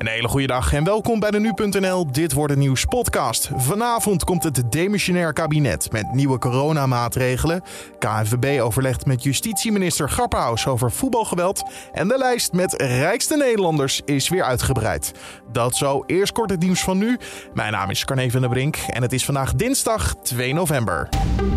Een hele goede dag en welkom bij de Nu.nl Dit Wordt Het Nieuws podcast. Vanavond komt het demissionair kabinet met nieuwe coronamaatregelen. KNVB overlegt met justitieminister Grapperhaus over voetbalgeweld. En de lijst met rijkste Nederlanders is weer uitgebreid. Dat zo, eerst kort het nieuws van nu. Mijn naam is Carne van der Brink en het is vandaag dinsdag 2 november.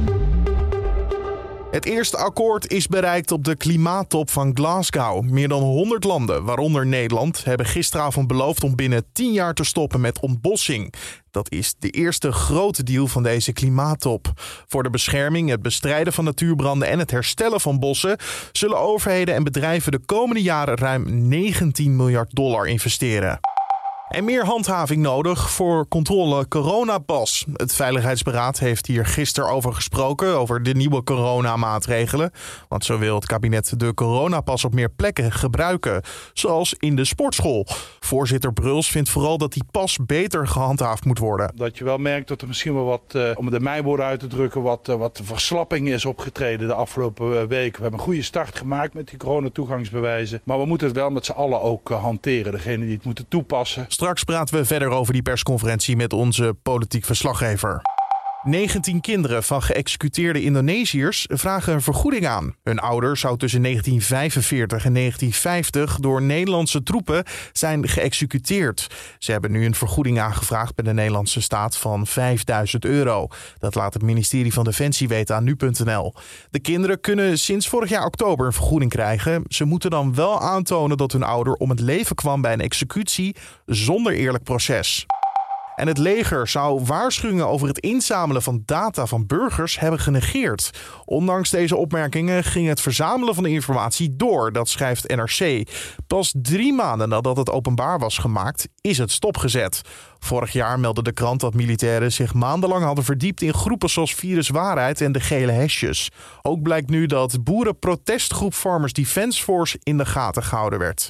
Het eerste akkoord is bereikt op de klimaattop van Glasgow. Meer dan 100 landen, waaronder Nederland, hebben gisteravond beloofd om binnen 10 jaar te stoppen met ontbossing. Dat is de eerste grote deal van deze klimaattop. Voor de bescherming, het bestrijden van natuurbranden en het herstellen van bossen zullen overheden en bedrijven de komende jaren ruim $19 miljard investeren. En meer handhaving nodig voor controle coronapas. Het Veiligheidsberaad heeft hier gisteren over gesproken, over de nieuwe coronamaatregelen. Want zo wil het kabinet de coronapas op meer plekken gebruiken, zoals in de sportschool. Voorzitter Bruls vindt vooral dat die pas beter gehandhaafd moet worden. Dat je wel merkt dat er misschien wel wat, om de mijwoorden uit te drukken, wat verslapping is opgetreden de afgelopen week. We hebben een goede start gemaakt met die coronatoegangsbewijzen. Maar we moeten het wel met z'n allen ook hanteren, degene die het moeten toepassen. Straks praten we verder over die persconferentie met onze politiek verslaggever. 19 kinderen van geëxecuteerde Indonesiërs vragen een vergoeding aan. Hun ouder zou tussen 1945 en 1950 door Nederlandse troepen zijn geëxecuteerd. Ze hebben nu een vergoeding aangevraagd bij de Nederlandse staat van €5.000. Dat laat het ministerie van Defensie weten aan Nu.nl. De kinderen kunnen sinds vorig jaar oktober een vergoeding krijgen. Ze moeten dan wel aantonen dat hun ouder om het leven kwam bij een executie zonder eerlijk proces. En het leger zou waarschuwingen over het inzamelen van data van burgers hebben genegeerd. Ondanks deze opmerkingen ging het verzamelen van de informatie door, dat schrijft NRC. Pas 3 maanden nadat het openbaar was gemaakt, is het stopgezet. Vorig jaar meldde de krant dat militairen zich maandenlang hadden verdiept in groepen zoals Virus Waarheid en de gele hesjes. Ook blijkt nu dat boerenprotestgroep Farmers Defence Force in de gaten gehouden werd.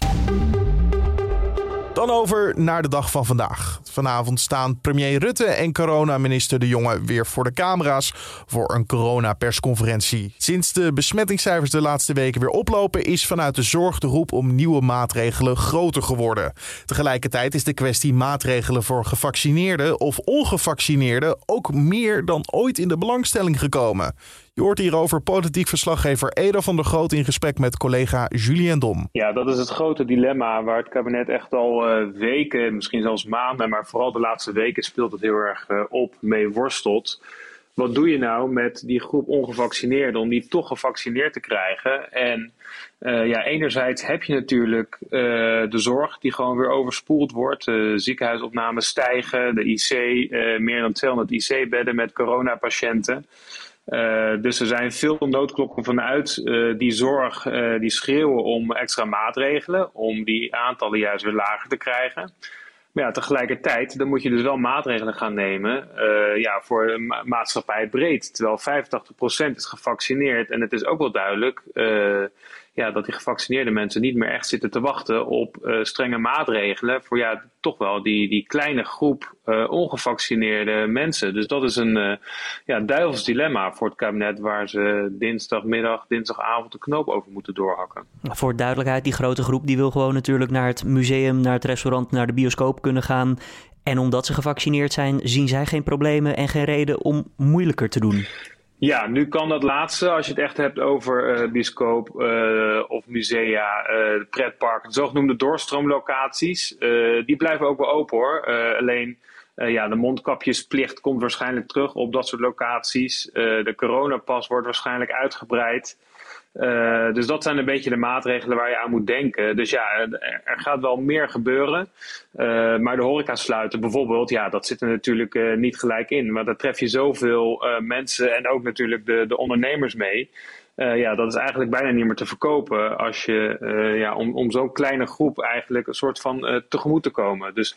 Dan over naar de dag van vandaag. Vanavond staan premier Rutte en coronaminister De Jonge weer voor de camera's voor een coronapersconferentie. Sinds de besmettingscijfers de laatste weken weer oplopen, is vanuit de zorg de roep om nieuwe maatregelen groter geworden. Tegelijkertijd is de kwestie maatregelen voor gevaccineerden of ongevaccineerden ook meer dan ooit in de belangstelling gekomen. Je hoort hierover politiek verslaggever Eda van der Groot in gesprek met collega Julien Dom. Ja, dat is het grote dilemma waar het kabinet echt al weken, misschien zelfs maanden, maar vooral de laatste weken speelt het heel erg op, mee worstelt. Wat doe je nou met die groep ongevaccineerden om die toch gevaccineerd te krijgen? En enerzijds heb je natuurlijk de zorg die gewoon weer overspoeld wordt. Ziekenhuisopnames stijgen, de IC, meer dan 200 IC-bedden met coronapatiënten. Dus er zijn veel noodklokken vanuit die zorg die schreeuwen om extra maatregelen, om die aantallen juist weer lager te krijgen. Maar ja, tegelijkertijd dan moet je dus wel maatregelen gaan nemen voor de maatschappij breed. Terwijl 85% is gevaccineerd en het is ook wel duidelijk dat die gevaccineerde mensen niet meer echt zitten te wachten op strenge maatregelen voor toch wel die kleine groep ongevaccineerde mensen. Dus dat is een duivels dilemma voor het kabinet waar ze dinsdagavond de knoop over moeten doorhakken. Voor duidelijkheid, die grote groep die wil gewoon natuurlijk naar het museum, naar het restaurant, naar de bioscoop kunnen gaan. En omdat ze gevaccineerd zijn, zien zij geen problemen en geen reden om moeilijker te doen. Ja, nu kan dat laatste, als je het echt hebt over bioscoop of musea, pretparken, zogenoemde doorstroomlocaties, die blijven ook wel open hoor. Alleen de mondkapjesplicht komt waarschijnlijk terug op dat soort locaties. De coronapas wordt waarschijnlijk uitgebreid. Dus dat zijn een beetje de maatregelen waar je aan moet denken. Dus er gaat wel meer gebeuren. Maar de horeca sluiten bijvoorbeeld, dat zit er natuurlijk niet gelijk in. Maar daar tref je zoveel mensen en ook natuurlijk de ondernemers mee. Dat is eigenlijk bijna niet meer te verkopen als je om zo'n kleine groep eigenlijk een soort van tegemoet te komen. Dus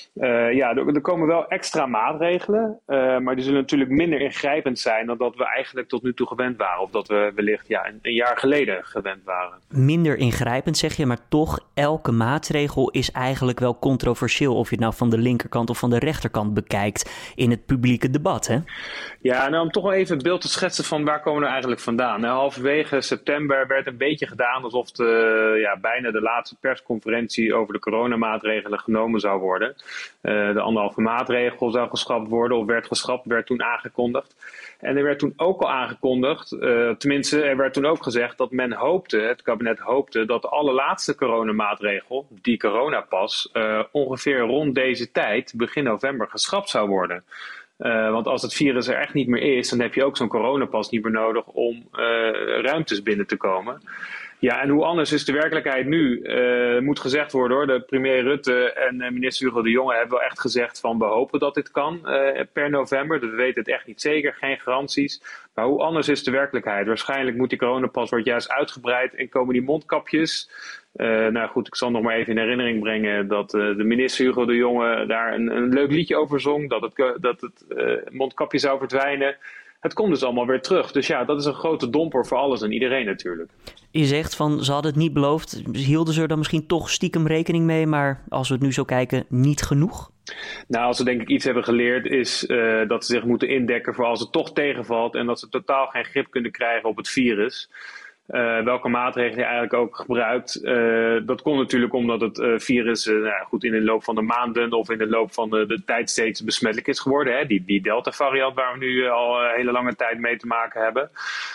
er komen wel extra maatregelen, maar die zullen natuurlijk minder ingrijpend zijn dan dat we eigenlijk tot nu toe gewend waren. Of dat we wellicht een jaar geleden gewend waren. Minder ingrijpend zeg je, maar toch elke maatregel is eigenlijk wel controversieel. Of je het nou van de linkerkant of van de rechterkant bekijkt in het publieke debat, hè? Ja, nou om toch wel even een beeld te schetsen van waar komen we nou eigenlijk vandaan. Nou, halverwege september werd een beetje gedaan alsof bijna de laatste persconferentie over de coronamaatregelen genomen zou worden. De 1,5 maatregel zou geschrapt worden of werd geschrapt, werd toen aangekondigd. En er werd toen ook al aangekondigd, er werd toen ook gezegd dat het kabinet hoopte dat de allerlaatste coronamaatregel, die coronapas, ongeveer rond deze tijd, begin november, geschrapt zou worden. Want als het virus er echt niet meer is, dan heb je ook zo'n coronapas niet meer nodig om ruimtes binnen te komen. Ja, en hoe anders is de werkelijkheid nu? Moet gezegd worden hoor. De premier Rutte en minister Hugo de Jonge hebben wel echt gezegd van we hopen dat dit kan per november. We weten het echt niet zeker, geen garanties. Maar hoe anders is de werkelijkheid? Waarschijnlijk moet die coronapas wordt juist uitgebreid en komen die mondkapjes. Ik zal nog maar even in herinnering brengen dat de minister Hugo de Jonge daar een leuk liedje over zong. Dat het mondkapje zou verdwijnen. Het komt dus allemaal weer terug. Dus ja, dat is een grote domper voor alles en iedereen natuurlijk. Je zegt van ze hadden het niet beloofd. Hielden ze er dan misschien toch stiekem rekening mee, maar als we het nu zo kijken, niet genoeg? Nou, als ze denk ik iets hebben geleerd is dat ze zich moeten indekken voor als het toch tegenvalt en dat ze totaal geen grip kunnen krijgen op het virus. Welke maatregelen je eigenlijk ook gebruikt. Dat komt natuurlijk omdat het virus in de loop van de maanden of in de loop van de tijd steeds besmettelijk is geworden. Hè? Die Delta-variant waar we nu al een hele lange tijd mee te maken hebben.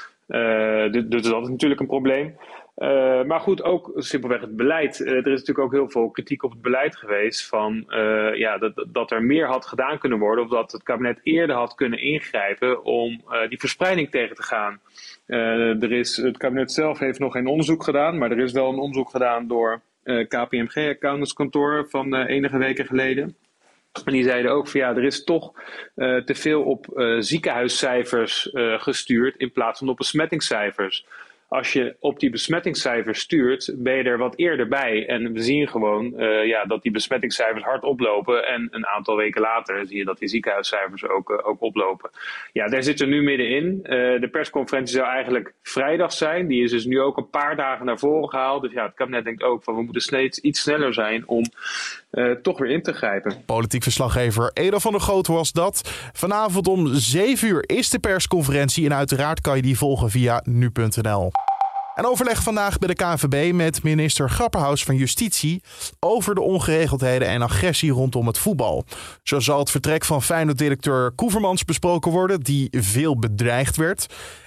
Dus dat is natuurlijk een probleem. Maar goed, ook simpelweg het beleid. Er is natuurlijk ook heel veel kritiek op het beleid geweest van dat er meer had gedaan kunnen worden of dat het kabinet eerder had kunnen ingrijpen om die verspreiding tegen te gaan. Het kabinet zelf heeft nog geen onderzoek gedaan, maar er is wel een onderzoek gedaan door KPMG, accountantskantoor van enige weken geleden. En die zeiden ook van er is toch te veel op ziekenhuiscijfers gestuurd in plaats van op besmettingscijfers. Als je op die besmettingscijfers stuurt, ben je er wat eerder bij. En we zien gewoon dat die besmettingscijfers hard oplopen. En een aantal weken later zie je dat die ziekenhuiscijfers ook oplopen. Ja, daar zitten we nu middenin. De persconferentie zou eigenlijk vrijdag zijn. Die is dus nu ook een paar dagen naar voren gehaald. Dus ja, het kabinet denkt ook van we moeten steeds iets sneller zijn om toch weer in te grijpen. Politiek verslaggever Eda van der Goot was dat. Vanavond om 7:00 is de persconferentie en uiteraard kan je die volgen via nu.nl. En overleg vandaag bij de KNVB met minister Grapperhaus van Justitie over de ongeregeldheden en agressie rondom het voetbal. Zo zal het vertrek van Feyenoord-directeur Koevermans besproken worden, die veel bedreigd werd.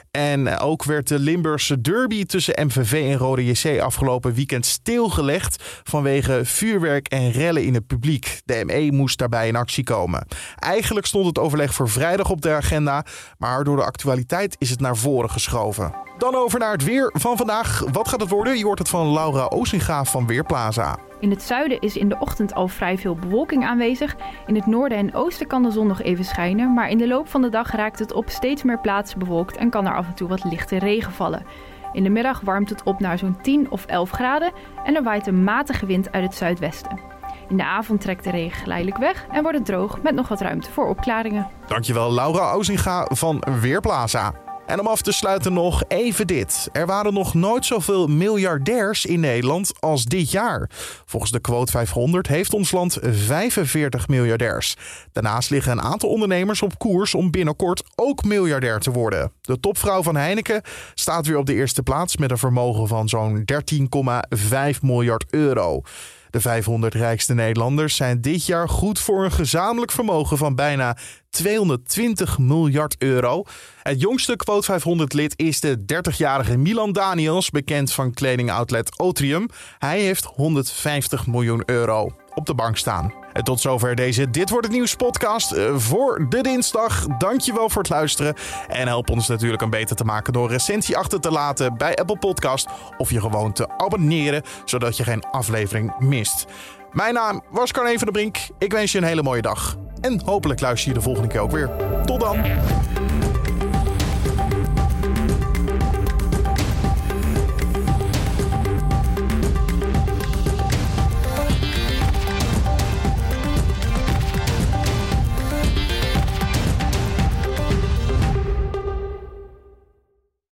En ook werd de Limburgse derby tussen MVV en Rode JC afgelopen weekend stilgelegd vanwege vuurwerk en rellen in het publiek. De ME moest daarbij in actie komen. Eigenlijk stond het overleg voor vrijdag op de agenda, maar door de actualiteit is het naar voren geschoven. Dan over naar het weer van vandaag. Wat gaat het worden? Je hoort het van Laura Ozinga van Weerplaza. In het zuiden is in de ochtend al vrij veel bewolking aanwezig. In het noorden en oosten kan de zon nog even schijnen, maar in de loop van de dag raakt het op steeds meer plaatsen bewolkt en kan er af en toe wat lichte regen vallen. In de middag warmt het op naar zo'n 10 of 11 graden en er waait een matige wind uit het zuidwesten. In de avond trekt de regen geleidelijk weg en wordt het droog met nog wat ruimte voor opklaringen. Dankjewel Laura Ozinga van Weerplaza. En om af te sluiten nog even dit. Er waren nog nooit zoveel miljardairs in Nederland als dit jaar. Volgens de Quote 500 heeft ons land 45 miljardairs. Daarnaast liggen een aantal ondernemers op koers om binnenkort ook miljardair te worden. De topvrouw van Heineken staat weer op de eerste plaats met een vermogen van zo'n 13,5 miljard euro. De 500 rijkste Nederlanders zijn dit jaar goed voor een gezamenlijk vermogen van bijna 220 miljard euro. Het jongste Quote 500 lid is de 30-jarige Milan Daniels, bekend van kledingoutlet Otrium. Hij heeft 150 miljoen euro op de bank staan. En tot zover deze Dit Wordt Het Nieuws podcast voor de dinsdag. Dankjewel voor het luisteren. En help ons natuurlijk een beter te maken door een recensie achter te laten bij Apple Podcast. Of je gewoon te abonneren, zodat je geen aflevering mist. Mijn naam was Carne van der Brink. Ik wens je een hele mooie dag. En hopelijk luister je de volgende keer ook weer. Tot dan!